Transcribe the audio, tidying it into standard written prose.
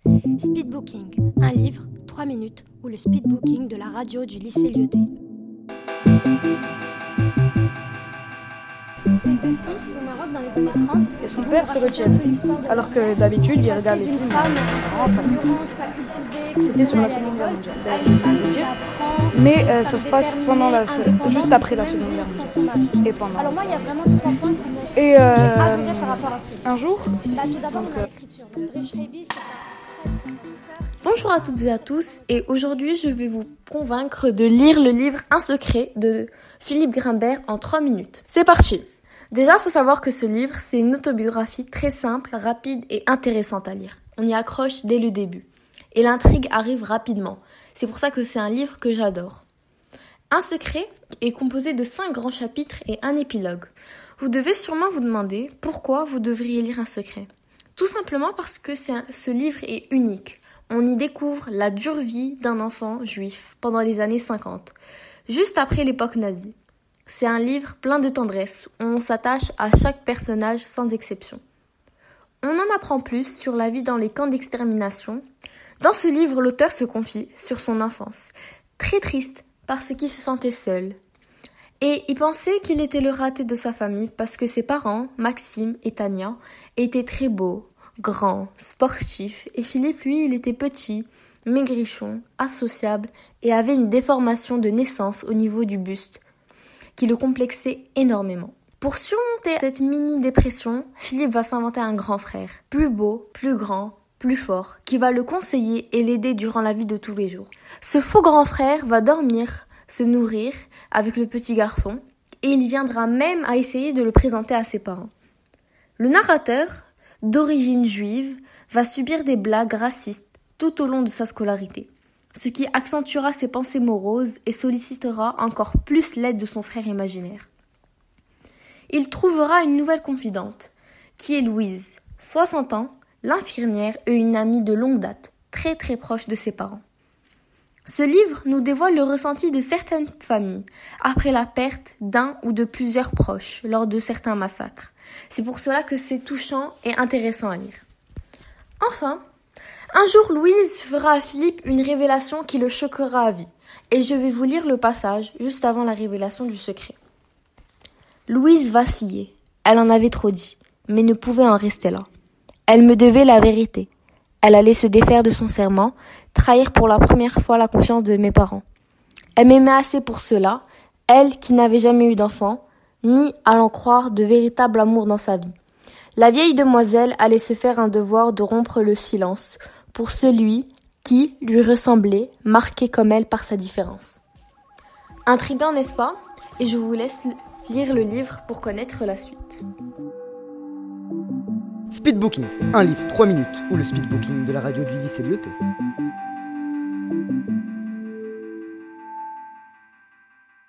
Speedbooking, un livre, 3 minutes, ou le speedbooking de la radio du lycée Lyoté. Ses deux fils sont en Europe dans les années 30 et son père se retiennent. Alors que d'habitude, il regarde les films. C'était sur la Seconde Guerre mondiale. Mais ça se passe juste après la Seconde Guerre mondiale. Et pendant. Alors moi, il y a vraiment 3 points qui m'ont Et adoré par rapport à ce livre. un jour, Tout d'abord, dans l'écriture. Drish Raby, c'est un très bon auteur. Bonjour à toutes et à tous, et aujourd'hui je vais vous convaincre de lire le livre Un secret de Philippe Grimbert en 3 minutes. C'est parti! Déjà, il faut savoir que ce livre, c'est une autobiographie très simple, rapide et intéressante à lire. On y accroche dès le début. Et l'intrigue arrive rapidement. C'est pour ça que c'est un livre que j'adore. Un secret est composé de 5 grands chapitres et un épilogue. Vous devez sûrement vous demander pourquoi vous devriez lire Un secret. Tout simplement parce que ce livre est unique. On y découvre la dure vie d'un enfant juif pendant les années 50, juste après l'époque nazie. C'est un livre plein de tendresse, où on s'attache à chaque personnage sans exception. On en apprend plus sur la vie dans les camps d'extermination. Dans ce livre, l'auteur se confie sur son enfance, très triste parce qu'il se sentait seul. Et il pensait qu'il était le raté de sa famille parce que ses parents, Maxime et Tania, étaient très beaux, grands, sportifs, et Philippe, lui, il était petit, maigrichon, associable et avait une déformation de naissance au niveau du buste, qui le complexait énormément. Pour surmonter cette mini-dépression, Philippe va s'inventer un grand frère, plus beau, plus grand, plus fort, qui va le conseiller et l'aider durant la vie de tous les jours. Ce faux grand frère va dormir, se nourrir avec le petit garçon, et il viendra même à essayer de le présenter à ses parents. Le narrateur, d'origine juive, va subir des blagues racistes tout au long de sa scolarité, ce qui accentuera ses pensées moroses et sollicitera encore plus l'aide de son frère imaginaire. Il trouvera une nouvelle confidente, qui est Louise, 60 ans, l'infirmière et une amie de longue date, très très proche de ses parents. Ce livre nous dévoile le ressenti de certaines familles après la perte d'un ou de plusieurs proches lors de certains massacres. C'est pour cela que c'est touchant et intéressant à lire. Enfin, un jour, Louise fera à Philippe une révélation qui le choquera à vie. Et je vais vous lire le passage juste avant la révélation du secret. Louise vacillait. Elle en avait trop dit, mais ne pouvait en rester là. Elle me devait la vérité. Elle allait se défaire de son serment, trahir pour la première fois la confiance de mes parents. Elle m'aimait assez pour cela, elle qui n'avait jamais eu d'enfant, ni, à l'en croire, de véritable amour dans sa vie. La vieille demoiselle allait se faire un devoir de rompre le silence pour celui qui lui ressemblait, marqué comme elle par sa différence. Intriguant, n'est-ce pas? Et je vous laisse lire le livre pour connaître la suite. Speedbooking, un livre, 3 minutes, ou le speedbooking de la radio du lycée Lyoté.